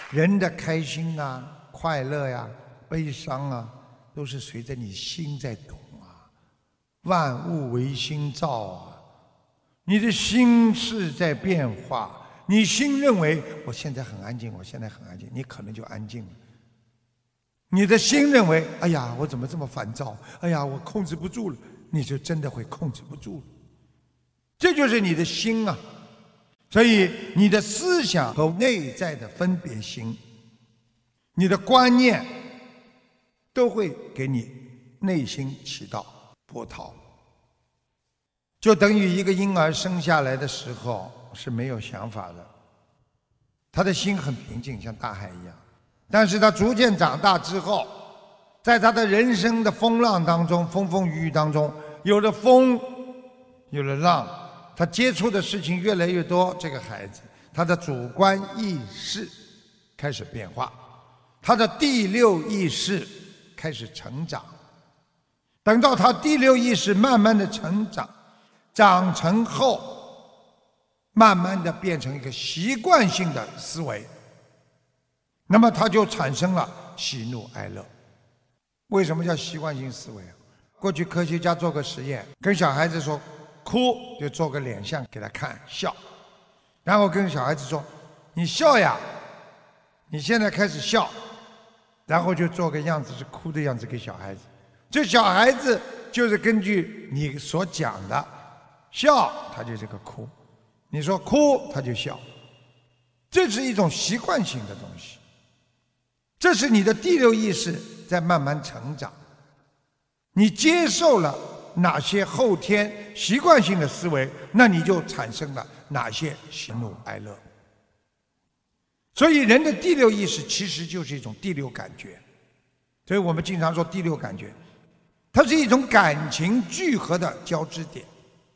人的开心啊、快乐呀、悲伤啊，都是随着你心在动啊。万物唯心造啊，你的心是在变化。你心认为我现在很安静，我现在很安静，你可能就安静了。你的心认为，哎呀，我怎么这么烦躁？哎呀，我控制不住了，你就真的会控制不住了。这就是你的心啊。所以你的思想和内在的分别心，你的观念，都会给你内心起到波涛。就等于一个婴儿生下来的时候是没有想法的，他的心很平静，像大海一样。但是他逐渐长大之后，在他的人生的风浪当中，风风雨雨当中，有了风，有了浪，他接触的事情越来越多，这个孩子他的主观意识开始变化，他的第六意识开始成长。等到他第六意识慢慢的成长，长成后，慢慢的变成一个习惯性的思维，那么他就产生了喜怒哀乐。为什么叫习惯性思维？过去科学家做个实验，跟小孩子说哭就做个脸相给他看，笑，然后跟小孩子说你笑呀，你现在开始笑，然后就做个样子是哭的样子给小孩子。这小孩子就是根据你所讲的笑，他就这个哭；你说哭，他就笑。这是一种习惯性的东西，这是你的第六意识在慢慢成长。你接受了哪些后天习惯性的思维，那你就产生了哪些喜怒哀乐。所以人的第六意识其实就是一种第六感觉，所以我们经常说第六感觉，它是一种感情聚合的交织点。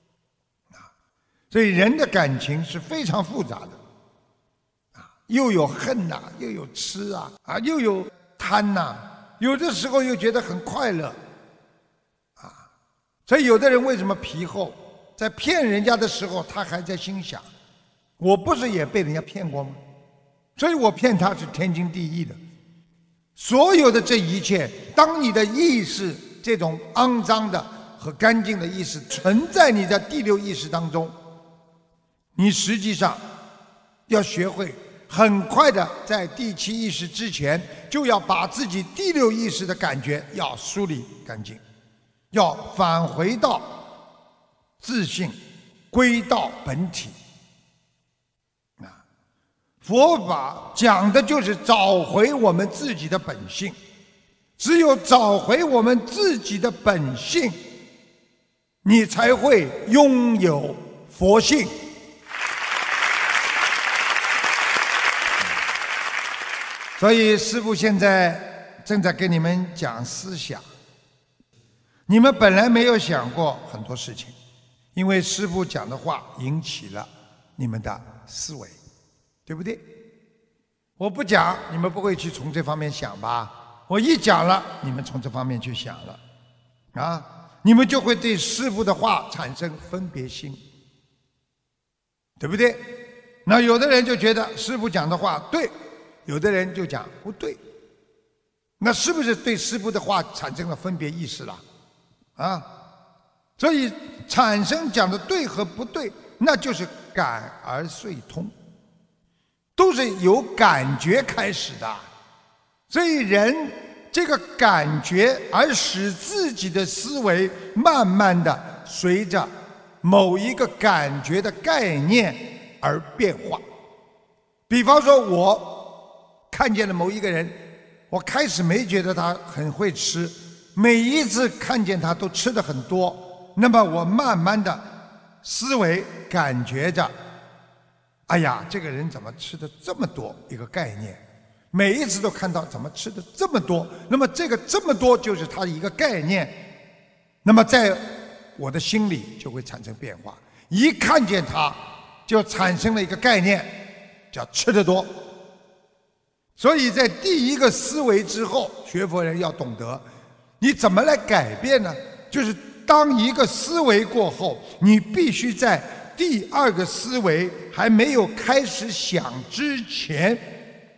所以人的感情是非常复杂的，又有恨呐，又有痴啊，又有贪呐，有的时候又觉得很快乐，所以有的人为什么皮厚，在骗人家的时候，他还在心想，我不是也被人家骗过吗？所以我骗他是天经地义的。所有的这一切，当你的意识这种肮脏的和干净的意识存在你的第六意识当中，你实际上要学会很快的在第七意识之前，就要把自己第六意识的感觉要梳理干净，要返回到自信，归到本体。佛法讲的就是找回我们自己的本性，只有找回我们自己的本性，你才会拥有佛性。所以师父现在正在跟你们讲思想，你们本来没有想过很多事情，因为师父讲的话引起了你们的思维，对不对？我不讲，你们不会去从这方面想吧？我一讲了，你们从这方面去想了，你们就会对师父的话产生分别心，对不对？那有的人就觉得师父讲的话对，有的人就讲不对，那是不是对师父的话产生了分别意识了？所以产生讲的对和不对，那就是感而遂通，都是由感觉开始的。所以人这个感觉而使自己的思维慢慢的随着某一个感觉的概念而变化。比方说我看见了某一个人，我开始没觉得他很会吃，每一次看见他都吃得很多，那么我慢慢的思维感觉着，哎呀，这个人怎么吃的这么多，一个概念，每一次都看到怎么吃的这么多，那么这个这么多就是他的一个概念，那么在我的心里就会产生变化，一看见他就产生了一个概念，叫吃得多。所以在第一个思维之后，学佛人要懂得你怎么来改变呢？就是当一个思维过后，你必须在第二个思维还没有开始想之前，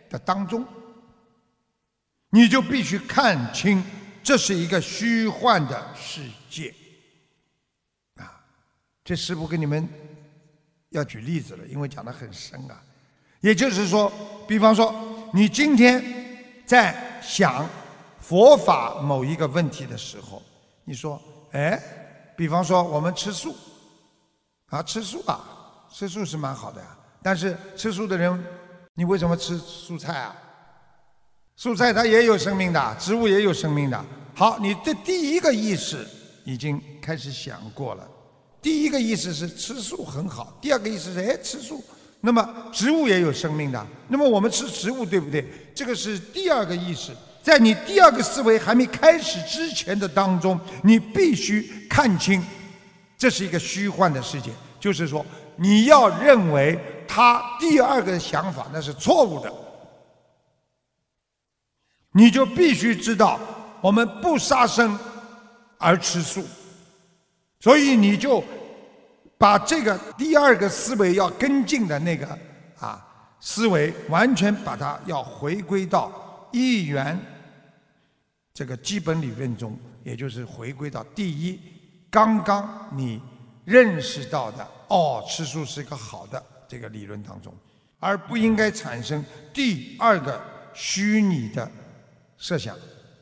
的当中，你就必须看清这是一个虚幻的世界啊！这师父跟你们要举例子了，因为讲得很深啊。也就是说，比方说你今天在想佛法某一个问题的时候，你说比方说我们吃素啊，吃素是蛮好的呀，但是吃素的人，你为什么吃蔬菜啊？蔬菜它也有生命的，植物也有生命的。好，你的第一个意识已经开始想过了。第一个意识是吃素很好，第二个意识是吃素，那么植物也有生命的，那么我们吃植物对不对？这个是第二个意识。在你第二个思维还没开始之前的当中，你必须看清这是一个虚幻的世界，就是说你要认为他第二个想法那是错误的，你就必须知道我们不杀生而吃素，所以你就把这个第二个思维要跟进的那个思维，完全把它要回归到一元这个基本理论中，也就是回归到第一，刚刚你认识到的吃素是个好的这个理论当中，而不应该产生第二个虚拟的设想。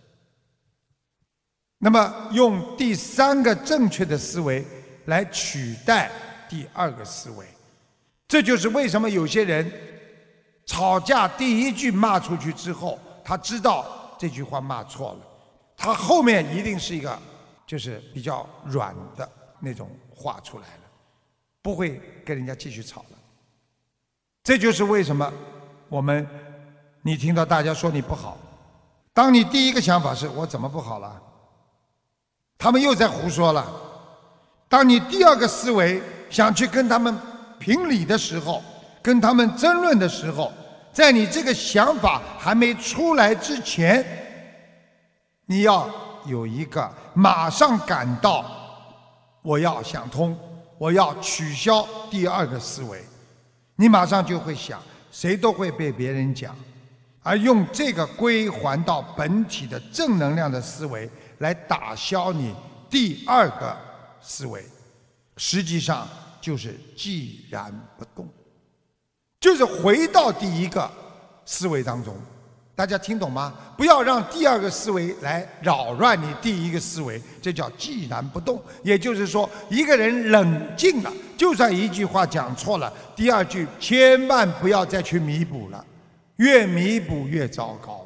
那么用第三个正确的思维来取代第二个思维，这就是为什么有些人吵架第一句骂出去之后，他知道这句话骂错了，他后面一定是一个就是比较软的那种话出来了，不会跟人家继续吵了。这就是为什么你听到大家说你不好，当你第一个想法是我怎么不好了，他们又在胡说了。当你第二个思维想去跟他们评理的时候，跟他们争论的时候，在你这个想法还没出来之前，你要有一个马上感到我要想通，我要取消第二个思维，你马上就会想，谁都会被别人讲，而用这个归还到本体的正能量的思维来打消你第二个思维，实际上就是寂然不动，就是回到第一个思维当中。大家听懂吗？不要让第二个思维来扰乱你第一个思维，这叫寂然不动。也就是说，一个人冷静了，就算一句话讲错了，第二句千万不要再去弥补了，越弥补越糟糕，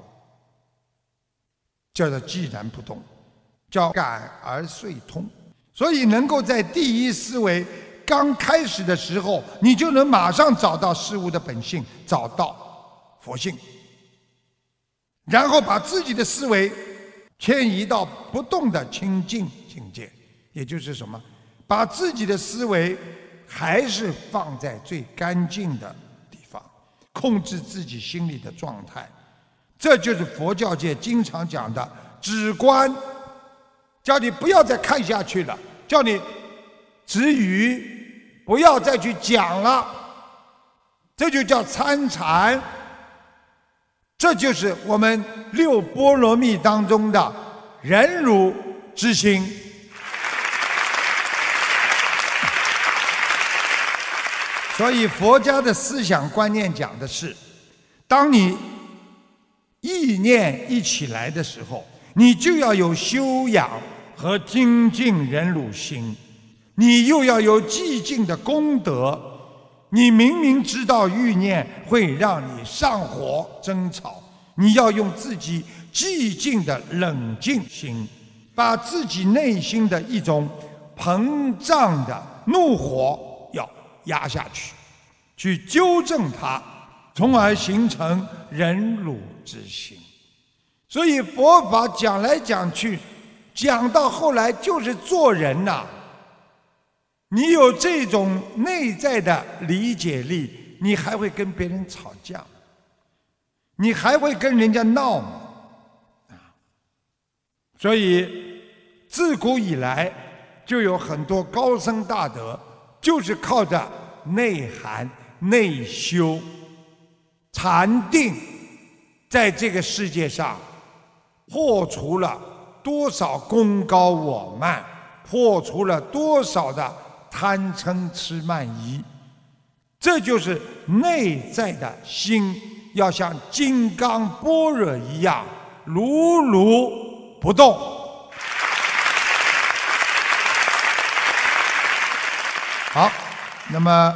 叫做寂然不动，叫感而遂通。所以能够在第一思维刚开始的时候，你就能马上找到事物的本性，找到佛性，然后把自己的思维迁移到不动的清净境界。也就是什么？把自己的思维还是放在最干净的地方，控制自己心里的状态。这就是佛教界经常讲的止观，叫你不要再看下去了，叫你止语，不要再去讲了，这就叫参禅。这就是我们六波罗蜜当中的忍辱之心。所以佛家的思想观念讲的是，当你意念一起来的时候，你就要有修养和精进忍辱心，你又要有寂静的功德。你明明知道欲念会让你上火争吵，你要用自己寂静的冷静心，把自己内心的一种膨胀的怒火要压下去，去纠正它，从而形成忍辱之心。所以佛法讲来讲去，讲到后来就是做人呐。你有这种内在的理解力，你还会跟别人吵架，你还会跟人家闹吗？所以自古以来就有很多高僧大德，就是靠着内涵、内修、禅定在这个世界上破除了多少功高我慢，破除了多少的贪嗔痴慢疑。这就是内在的心要像金刚般若一样如如不动。好，那么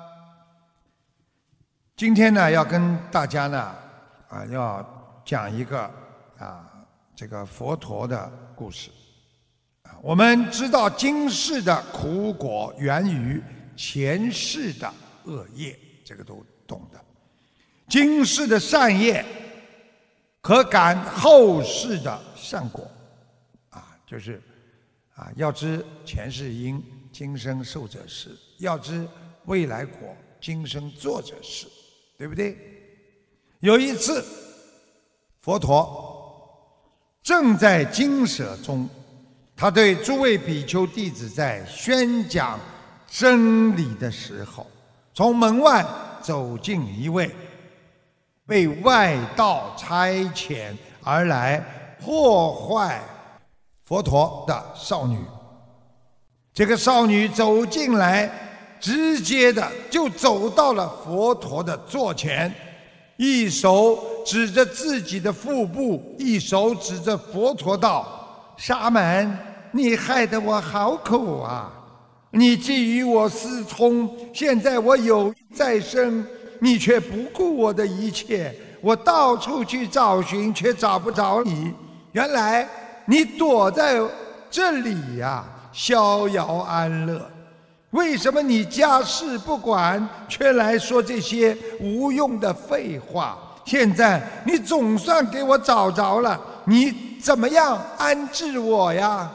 今天呢，要跟大家呢要讲一个这个佛陀的故事。我们知道今世的苦果源于前世的恶业，这个都懂的。今世的善业可感后世的善果，就是要知前世因，今生受者是；要知未来果，今生做者是，对不对？有一次，佛陀正在精舍中，他对诸位比丘弟子在宣讲真理的时候，从门外走进一位被外道差遣而来破坏佛陀的少女。这个少女走进来，直接的就走到了佛陀的座前，一手指着自己的腹部，一手指着佛陀道：沙门，你害得我好苦啊！你既与我私通，现在我有再生，你却不顾我的一切，我到处去找寻，却找不着你。原来你躲在这里呀，逍遥安乐。为什么你家事不管，却来说这些无用的废话？现在你总算给我找着了，你怎么样安置我呀？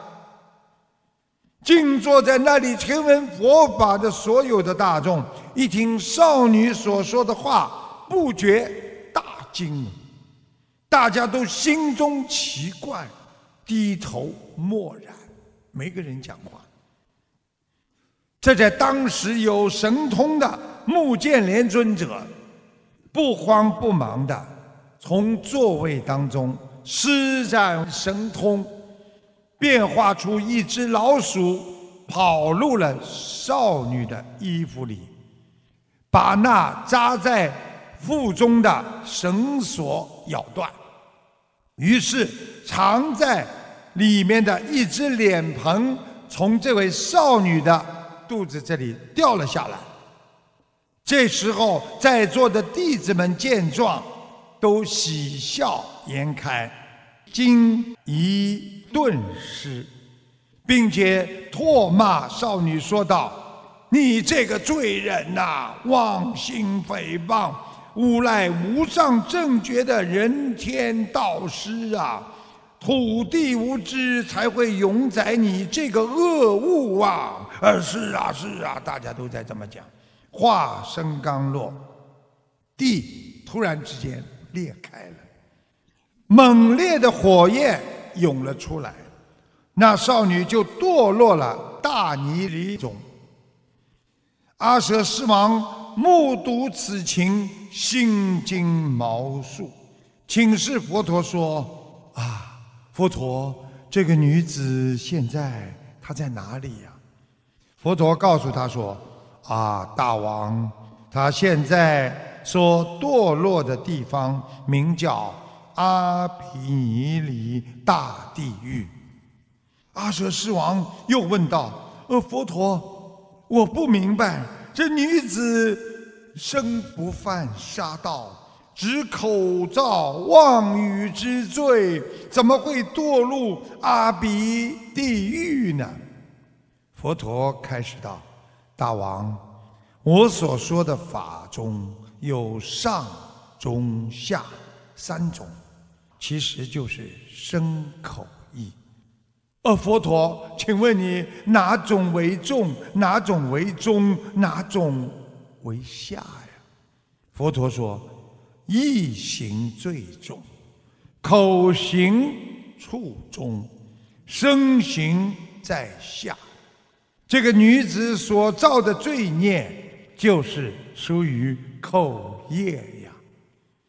静坐在那里听闻佛法的所有的大众，一听少女所说的话，不觉大惊。大家都心中奇怪，低头默然，没个人讲话。这在当时有神通的目犍连尊者，不慌不忙的从座位当中施展神通，变化出一只老鼠，跑入了少女的衣服里，把那扎在腹中的绳索咬断。于是藏在里面的一只脸盆从这位少女的肚子这里掉了下来。这时候在座的弟子们见状，都喜笑颜开，惊疑顿失，并且唾骂少女说道：你这个罪人呐，妄心诽谤，诬赖无上正觉的人天道师啊！土地无知才会永载你这个恶物啊！是啊是啊，大家都在这么讲。话声刚落，地突然之间裂开了，猛烈的火焰涌了出来，那少女就堕落了大泥犁中。阿舍世王目睹此情，心惊毛竖，请示佛陀说：佛陀，这个女子现在她在哪里呀？佛陀告诉他说：大王，她现在所堕落的地方名叫阿毗尼离大地狱。阿舍世王又问道：佛陀，我不明白，这女子生不犯杀盗，只口造妄语之罪，怎么会堕入阿鼻地狱呢？佛陀开始道：大王，我所说的法中有上中下三种，其实就是身口意。佛陀，请问你哪种为重，哪种为中，哪种为下呀？佛陀说：意行最重，口行处中，身行在下。这个女子所造的罪孽，就是属于口业呀。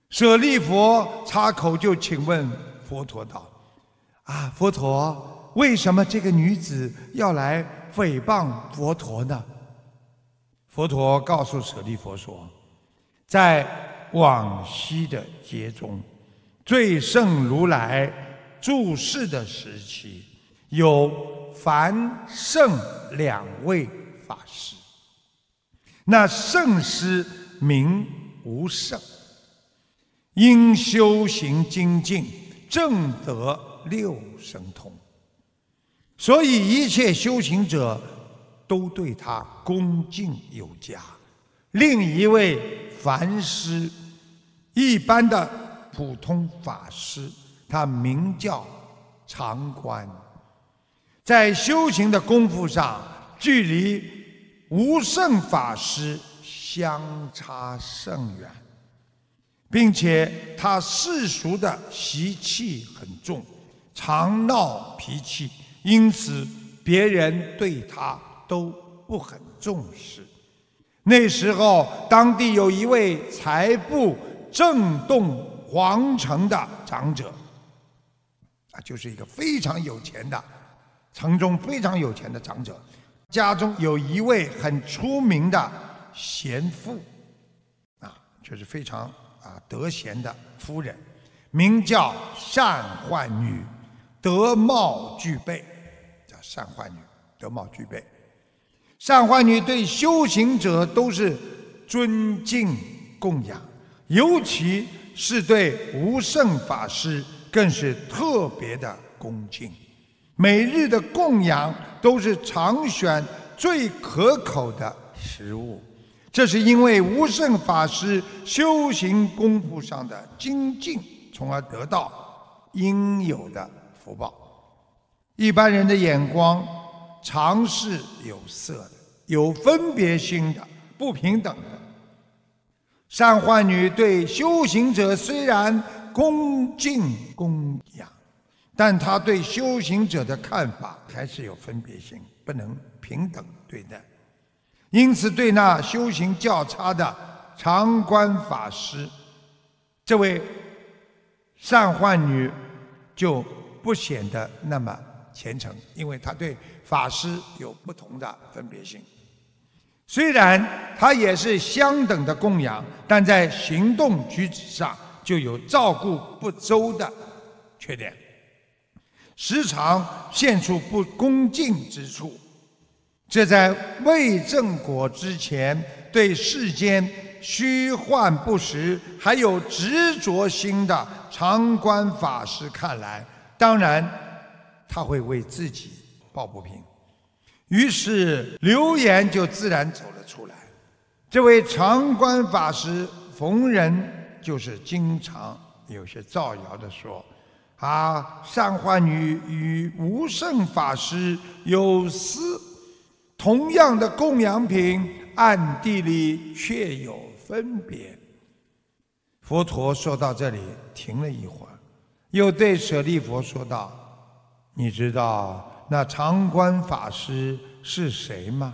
舍利佛插口就请问佛陀道：“啊，佛陀，为什么这个女子要来诽谤佛陀呢？”佛陀告诉舍利佛说：“在往昔的劫中，最胜如来住世的时期，有梵圣2位法师。那圣师名无胜，因修行精进，证得6神通，所以一切修行者都对他恭敬有加。另一位梵师，一般的普通法师，他名叫常观，在修行的功夫上，距离无胜法师相差甚远，并且他世俗的习气很重，常闹脾气，因此别人对他都不很重视。那时候，当地有一位财布震动皇城的长者，就是一个非常有钱的城中非常有钱的长者，家中有一位很出名的贤妇，就是非常德贤的夫人，名叫善幻女，德貌俱备，叫善幻女，德貌俱备。善幻女对修行者都是尊敬供养，尤其是对无胜法师更是特别的恭敬。每日的供养都是常选最可口的食物，这是因为无胜法师修行功夫上的精进，从而得到应有的福报。一般人的眼光常是有色的，有分别心的，不平等的。善幻女对修行者虽然恭敬供养，但她对修行者的看法还是有分别心，不能平等对待。因此对那修行较差的常观法师，这位善幻女就不显得那么虔诚，因为她对法师有不同的分别心。虽然她也是相等的供养，但在行动举止上就有照顾不周的缺点，时常现出不恭敬之处。这在未证果之前，对世间虚幻不实还有执着心的常观法师看来，当然他会为自己抱不平，于是流言就自然走了出来。这位常观法师逢人就是经常有些造谣的说：善幻女与无胜法师有私，同样的供养品，暗地里却有分别。佛陀说到这里停了一会儿，又对舍利弗说道：你知道那常观法师是谁吗？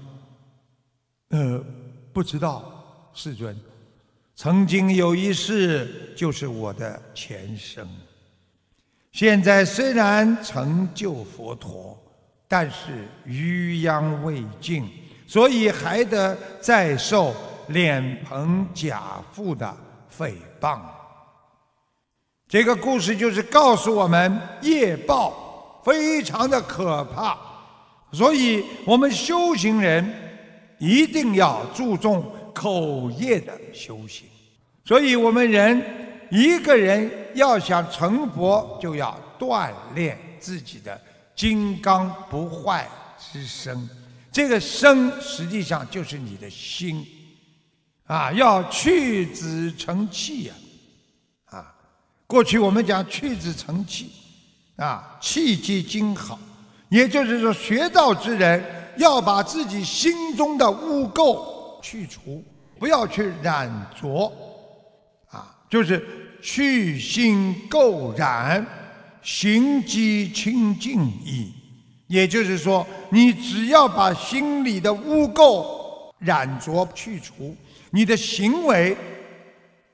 不知道，世尊。曾经有一世就是我的前生，现在虽然成就佛陀，但是余殃未尽，所以还得再受脸盆假腹的诽谤。这个故事就是告诉我们，业报非常的可怕，所以我们修行人一定要注重口业的修行。所以我们一个人要想成佛，就要锻炼自己的金刚不坏之身。这个身实际上就是你的心要去子成器过去我们讲去子成器气机精好，也就是说学道之人要把自己心中的污垢去除，不要去染着就是去心垢染，行机清净矣。也就是说，你只要把心里的污垢染着去除，你的行为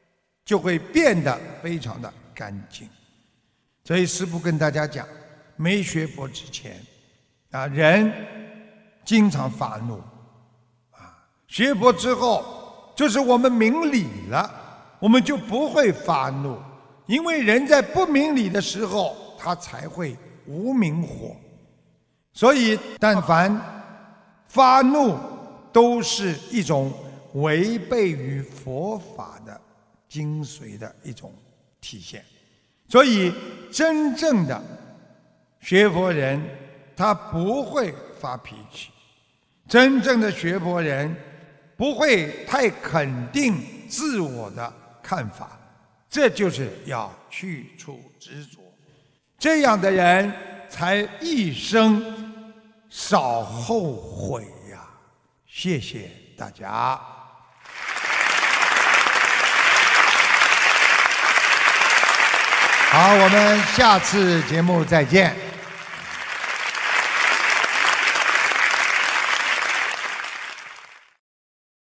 就会变得非常的干净。所以师父跟大家讲，没学佛之前人经常发怒学佛之后，就是我们明理了，我们就不会发怒。因为人在不明理的时候，他才会无明火。所以但凡发怒都是一种违背于佛法的精髓的一种体现。所以真正的学佛人他不会发脾气，真正的学佛人不会太肯定自我的看法，这就是要去除执着。这样的人才一生少后悔呀！谢谢大家。好，我们下次节目再见。